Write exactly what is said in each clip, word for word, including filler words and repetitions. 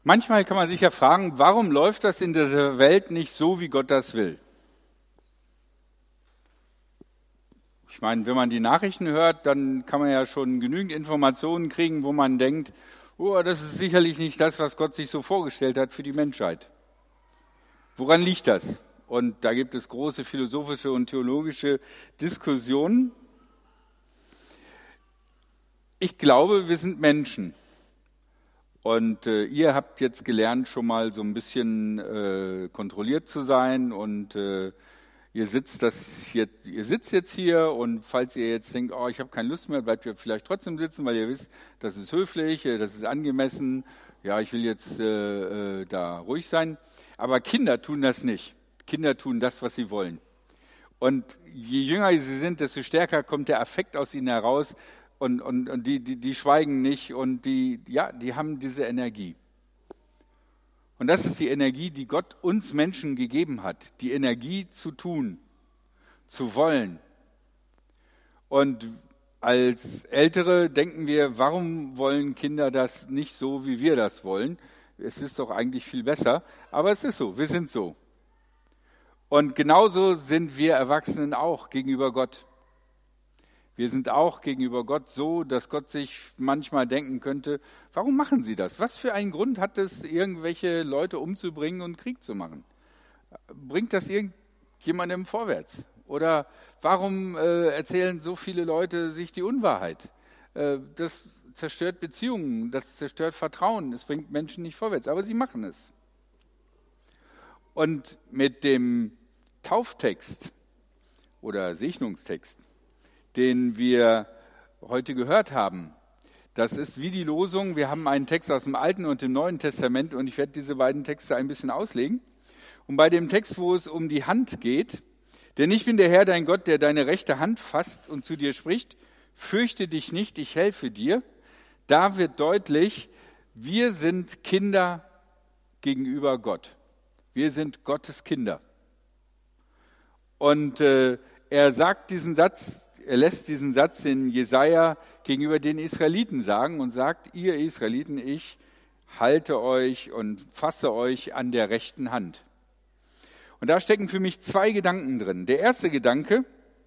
Manchmal kann man sich ja fragen, warum läuft das in dieser Welt nicht so, wie Gott das will? Ich meine, wenn man die Nachrichten hört, dann kann man ja schon genügend Informationen kriegen, wo man denkt, oh, das ist sicherlich nicht das, was Gott sich so vorgestellt hat für die Menschheit. Woran liegt das? Und da gibt es große philosophische und theologische Diskussionen. Ich glaube, wir sind Menschen. Und äh, ihr habt jetzt gelernt, schon mal so ein bisschen äh, kontrolliert zu sein. Und äh, ihr, sitzt das jetzt, ihr sitzt jetzt hier und falls ihr jetzt denkt, oh, ich habe keine Lust mehr, bleibt ihr vielleicht trotzdem sitzen, weil ihr wisst, das ist höflich, das ist angemessen. Ja, ich will jetzt äh, äh, da ruhig sein. Aber Kinder tun das nicht. Kinder tun das, was sie wollen. Und je jünger sie sind, desto stärker kommt der Affekt aus ihnen heraus. Und, und, und die, die, die schweigen nicht und die, ja, die haben diese Energie. Und das ist die Energie, die Gott uns Menschen gegeben hat. Die Energie zu tun, zu wollen. Und als Ältere denken wir, warum wollen Kinder das nicht so, wie wir das wollen? Es ist doch eigentlich viel besser. Aber es ist so, wir sind so. Und genauso sind wir Erwachsenen auch gegenüber Gott. Wir sind auch gegenüber Gott so, dass Gott sich manchmal denken könnte, warum machen sie das? Was für einen Grund hat es, irgendwelche Leute umzubringen und Krieg zu machen? Bringt das irgendjemandem vorwärts? Oder warum äh, erzählen so viele Leute sich die Unwahrheit? Äh, das zerstört Beziehungen, das zerstört Vertrauen, es bringt Menschen nicht vorwärts, aber sie machen es. Und mit dem Tauftext oder Segnungstext, den wir heute gehört haben. Das ist wie die Losung. Wir haben einen Text aus dem Alten und dem Neuen Testament und ich werde diese beiden Texte ein bisschen auslegen. Und bei dem Text, wo es um die Hand geht, denn ich bin der Herr, dein Gott, der deine rechte Hand fasst und zu dir spricht, fürchte dich nicht, ich helfe dir. Da wird deutlich, wir sind Kinder gegenüber Gott. Wir sind Gottes Kinder. Und äh, er sagt diesen Satz, Er lässt diesen Satz in Jesaja gegenüber den Israeliten sagen und sagt, ihr Israeliten, ich halte euch und fasse euch an der rechten Hand. Und da stecken für mich zwei Gedanken drin. Der erste Gedanke,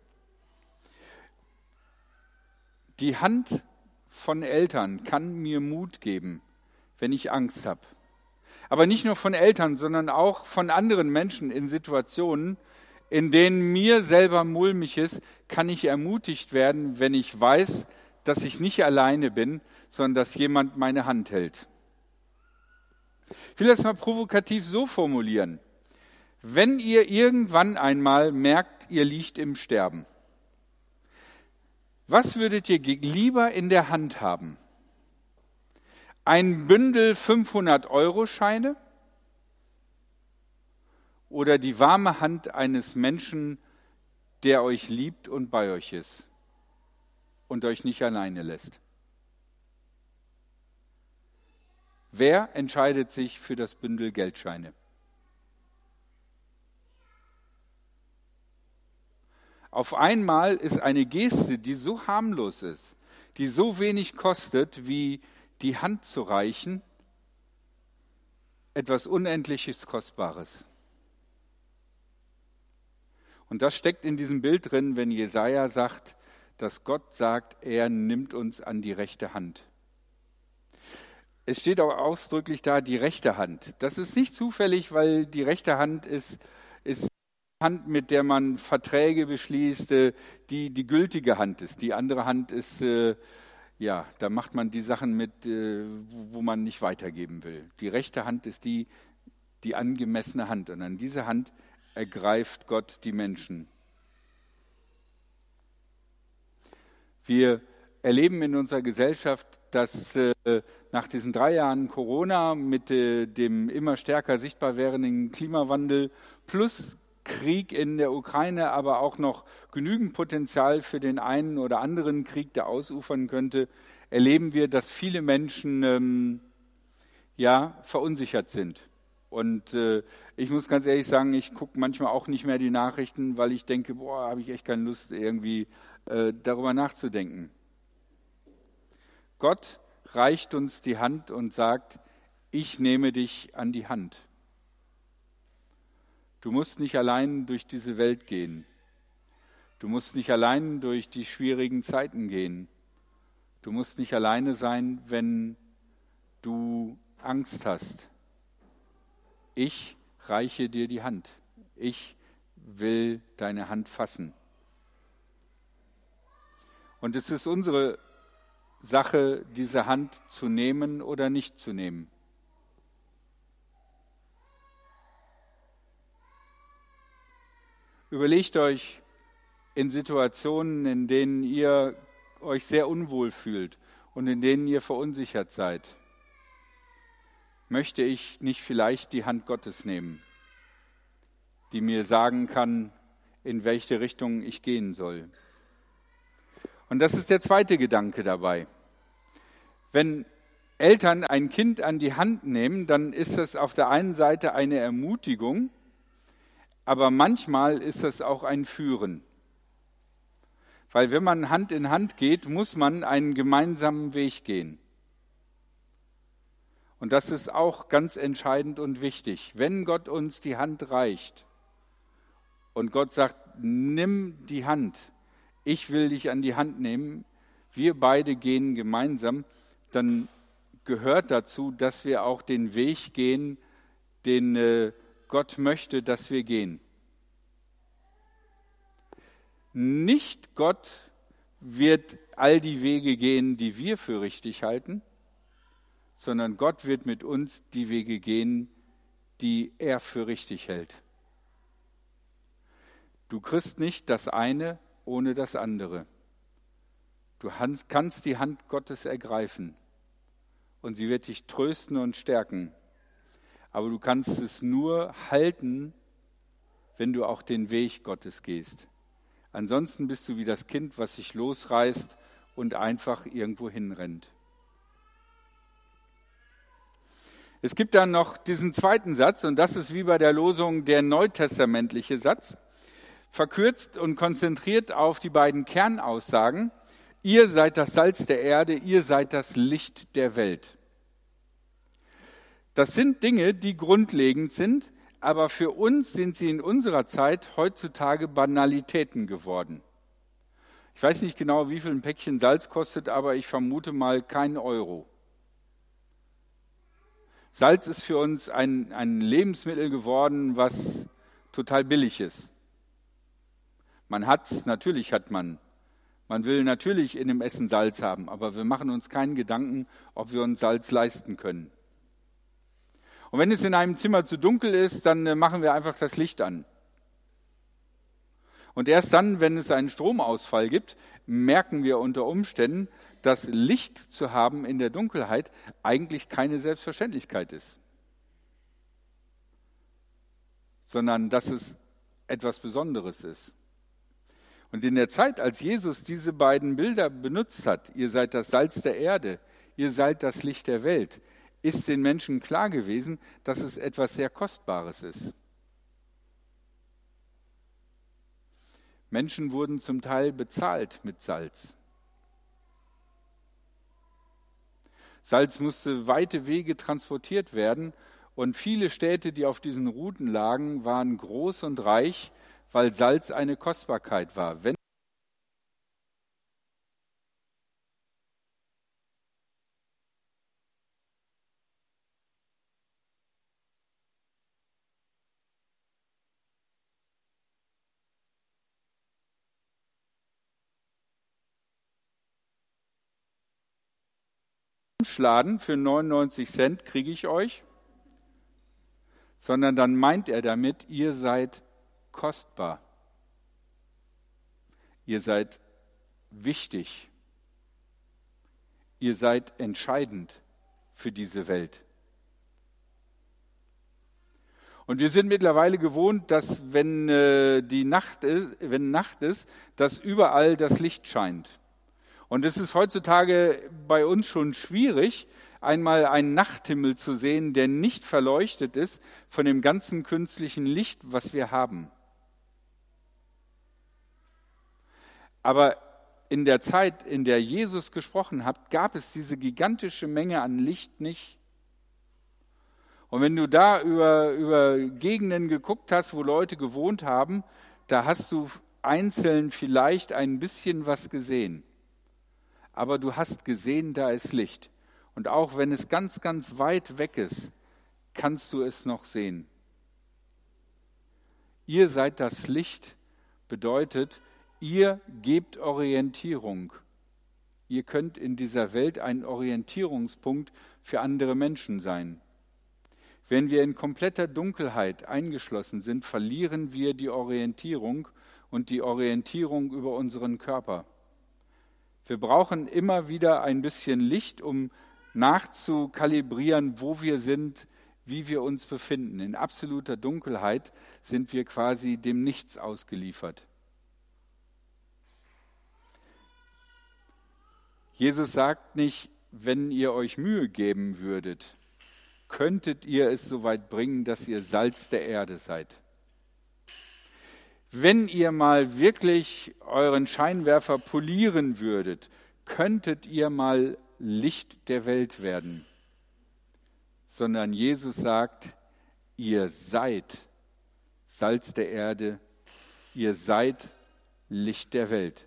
die Hand von Eltern kann mir Mut geben, wenn ich Angst habe. Aber nicht nur von Eltern, sondern auch von anderen Menschen in Situationen, in denen mir selber mulmig ist, kann ich ermutigt werden, wenn ich weiß, dass ich nicht alleine bin, sondern dass jemand meine Hand hält. Ich will das mal provokativ so formulieren. Wenn ihr irgendwann einmal merkt, ihr liegt im Sterben, was würdet ihr lieber in der Hand haben? Ein Bündel fünfhundert-Euro-Scheine? Oder die warme Hand eines Menschen, der euch liebt und bei euch ist und euch nicht alleine lässt? Wer entscheidet sich für das Bündel Geldscheine? Auf einmal ist eine Geste, die so harmlos ist, die so wenig kostet, wie die Hand zu reichen, etwas Unendliches Kostbares. Und das steckt in diesem Bild drin, wenn Jesaja sagt, dass Gott sagt, er nimmt uns an die rechte Hand. Es steht auch ausdrücklich da, die rechte Hand. Das ist nicht zufällig, weil die rechte Hand ist, ist die Hand, mit der man Verträge beschließt, die die gültige Hand ist. Die andere Hand ist, ja, da macht man die Sachen mit, wo man nicht weitergeben will. Die rechte Hand ist die, die angemessene Hand. Und an diese Hand ergreift Gott die Menschen. Wir erleben in unserer Gesellschaft, dass äh, nach diesen drei Jahren Corona mit äh, dem immer stärker sichtbar werdenden Klimawandel plus Krieg in der Ukraine, aber auch noch genügend Potenzial für den einen oder anderen Krieg, der ausufern könnte, erleben wir, dass viele Menschen ähm, ja, verunsichert sind. Und äh, ich muss ganz ehrlich sagen, ich gucke manchmal auch nicht mehr die Nachrichten, weil ich denke, boah, habe ich echt keine Lust, irgendwie äh, darüber nachzudenken. Gott reicht uns die Hand und sagt, ich nehme dich an die Hand. Du musst nicht allein durch diese Welt gehen. Du musst nicht allein durch die schwierigen Zeiten gehen. Du musst nicht alleine sein, wenn du Angst hast. Ich reiche dir die Hand. Ich will deine Hand fassen. Und es ist unsere Sache, diese Hand zu nehmen oder nicht zu nehmen. Überlegt euch in Situationen, in denen ihr euch sehr unwohl fühlt und in denen ihr verunsichert seid. Möchte ich nicht vielleicht die Hand Gottes nehmen, die mir sagen kann, in welche Richtung ich gehen soll? Und das ist der zweite Gedanke dabei. Wenn Eltern ein Kind an die Hand nehmen, dann ist das auf der einen Seite eine Ermutigung, aber manchmal ist das auch ein Führen. Weil wenn man Hand in Hand geht, muss man einen gemeinsamen Weg gehen. Und das ist auch ganz entscheidend und wichtig. Wenn Gott uns die Hand reicht und Gott sagt, nimm die Hand, ich will dich an die Hand nehmen, wir beide gehen gemeinsam, dann gehört dazu, dass wir auch den Weg gehen, den äh, Gott möchte, dass wir gehen. Nicht Gott wird all die Wege gehen, die wir für richtig halten, sondern Gott wird mit uns die Wege gehen, die er für richtig hält. Du kriegst nicht das eine ohne das andere. Du kannst die Hand Gottes ergreifen und sie wird dich trösten und stärken. Aber du kannst es nur halten, wenn du auch den Weg Gottes gehst. Ansonsten bist du wie das Kind, was sich losreißt und einfach irgendwo hinrennt. Es gibt dann noch diesen zweiten Satz, und das ist wie bei der Losung der neutestamentliche Satz, verkürzt und konzentriert auf die beiden Kernaussagen. Ihr seid das Salz der Erde, ihr seid das Licht der Welt. Das sind Dinge, die grundlegend sind, aber für uns sind sie in unserer Zeit heutzutage Banalitäten geworden. Ich weiß nicht genau, wie viel ein Päckchen Salz kostet, aber ich vermute mal keinen Euro. Salz ist für uns ein, ein Lebensmittel geworden, was total billig ist. Man hat's, natürlich hat man. Man will natürlich in dem Essen Salz haben, aber wir machen uns keinen Gedanken, ob wir uns Salz leisten können. Und wenn es in einem Zimmer zu dunkel ist, dann machen wir einfach das Licht an. Und erst dann, wenn es einen Stromausfall gibt, merken wir unter Umständen, dass Licht zu haben in der Dunkelheit eigentlich keine Selbstverständlichkeit ist, sondern dass es etwas Besonderes ist. Und in der Zeit, als Jesus diese beiden Bilder benutzt hat, ihr seid das Salz der Erde, ihr seid das Licht der Welt, ist den Menschen klar gewesen, dass es etwas sehr Kostbares ist. Menschen wurden zum Teil bezahlt mit Salz. Salz musste weite Wege transportiert werden und viele Städte, die auf diesen Routen lagen, waren groß und reich, weil Salz eine Kostbarkeit war. Wenn Schladen für neunundneunzig Cent kriege ich euch, sondern dann meint er damit, ihr seid kostbar, ihr seid wichtig, ihr seid entscheidend für diese Welt. Und wir sind mittlerweile gewohnt, dass wenn äh, die Nacht ist, wenn Nacht ist, dass überall das Licht scheint. Und es ist heutzutage bei uns schon schwierig, einmal einen Nachthimmel zu sehen, der nicht verleuchtet ist von dem ganzen künstlichen Licht, was wir haben. Aber in der Zeit, in der Jesus gesprochen hat, gab es diese gigantische Menge an Licht nicht. Und wenn du da über, über Gegenden geguckt hast, wo Leute gewohnt haben, da hast du einzeln vielleicht ein bisschen was gesehen. Aber du hast gesehen, da ist Licht. Und auch wenn es ganz, ganz weit weg ist, kannst du es noch sehen. Ihr seid das Licht, bedeutet, ihr gebt Orientierung. Ihr könnt in dieser Welt ein Orientierungspunkt für andere Menschen sein. Wenn wir in kompletter Dunkelheit eingeschlossen sind, verlieren wir die Orientierung und die Orientierung über unseren Körper. Wir brauchen immer wieder ein bisschen Licht, um nachzukalibrieren, wo wir sind, wie wir uns befinden. In absoluter Dunkelheit sind wir quasi dem Nichts ausgeliefert. Jesus sagt nicht, wenn ihr euch Mühe geben würdet, könntet ihr es so weit bringen, dass ihr Salz der Erde seid. Wenn ihr mal wirklich euren Scheinwerfer polieren würdet, könntet ihr mal Licht der Welt werden. Sondern Jesus sagt, ihr seid Salz der Erde, ihr seid Licht der Welt.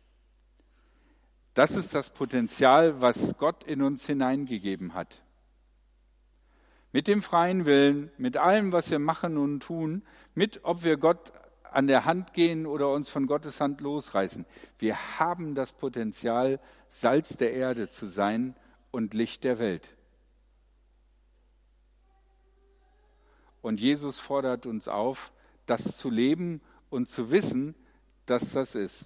Das ist das Potenzial, was Gott in uns hineingegeben hat. Mit dem freien Willen, mit allem, was wir machen und tun, mit ob wir Gott an der Hand gehen oder uns von Gottes Hand losreißen. Wir haben das Potenzial, Salz der Erde zu sein und Licht der Welt. Und Jesus fordert uns auf, das zu leben und zu wissen, dass das ist.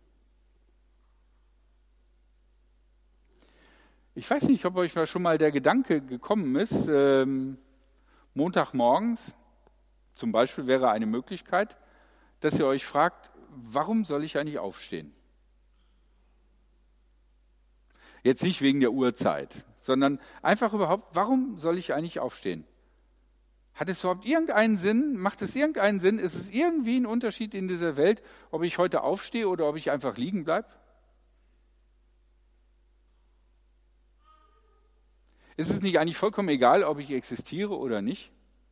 Ich weiß nicht, ob euch schon mal der Gedanke gekommen ist, ähm, Montagmorgens zum Beispiel wäre eine Möglichkeit, dass ihr euch fragt, warum soll ich eigentlich aufstehen? Jetzt nicht wegen der Uhrzeit, sondern einfach überhaupt, warum soll ich eigentlich aufstehen? Hat es überhaupt irgendeinen Sinn? Macht es irgendeinen Sinn? Ist es irgendwie ein Unterschied in dieser Welt, ob ich heute aufstehe oder ob ich einfach liegen bleibe? Ist es nicht eigentlich vollkommen egal, ob ich existiere oder nicht?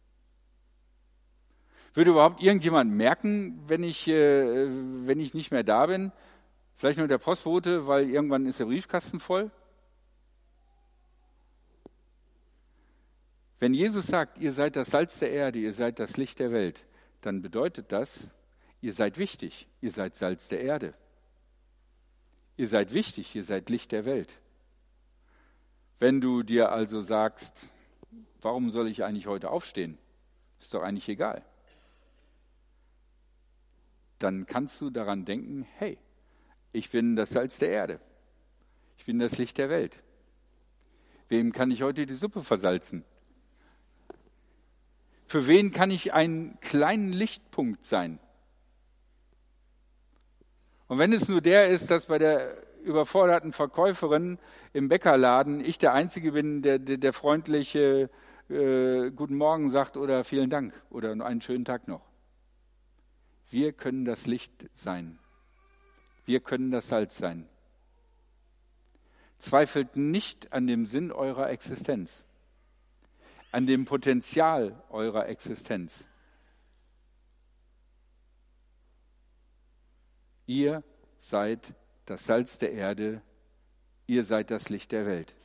Würde überhaupt irgendjemand merken, wenn ich, äh, wenn ich nicht mehr da bin? Vielleicht nur der Postbote, weil irgendwann ist der Briefkasten voll? Wenn Jesus sagt, ihr seid das Salz der Erde, ihr seid das Licht der Welt, dann bedeutet das, ihr seid wichtig, ihr seid Salz der Erde. Ihr seid wichtig, ihr seid Licht der Welt. Wenn du dir also sagst, warum soll ich eigentlich heute aufstehen? Ist doch eigentlich egal. Dann kannst du daran denken, hey, ich bin das Salz der Erde. Ich bin das Licht der Welt. Wem kann ich heute die Suppe versalzen? Für wen kann ich einen kleinen Lichtpunkt sein? Und wenn es nur der ist, dass bei der überforderten Verkäuferin im Bäckerladen ich der Einzige bin, der, der, der freundliche äh, Guten Morgen sagt oder vielen Dank oder einen schönen Tag noch. Wir können das Licht sein. Wir können das Salz sein. Zweifelt nicht an dem Sinn eurer Existenz, an dem Potenzial eurer Existenz. Ihr seid das Salz der Erde, ihr seid das Licht der Welt.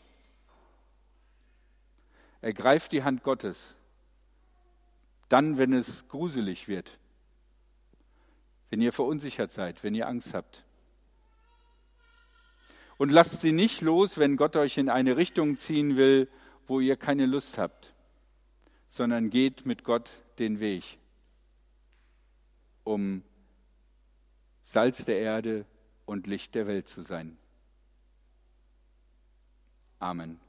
Ergreift die Hand Gottes, dann, wenn es gruselig wird, wenn ihr verunsichert seid, wenn ihr Angst habt. Und lasst sie nicht los, wenn Gott euch in eine Richtung ziehen will, wo ihr keine Lust habt, sondern geht mit Gott den Weg, um Salz der Erde und Licht der Welt zu sein. Amen.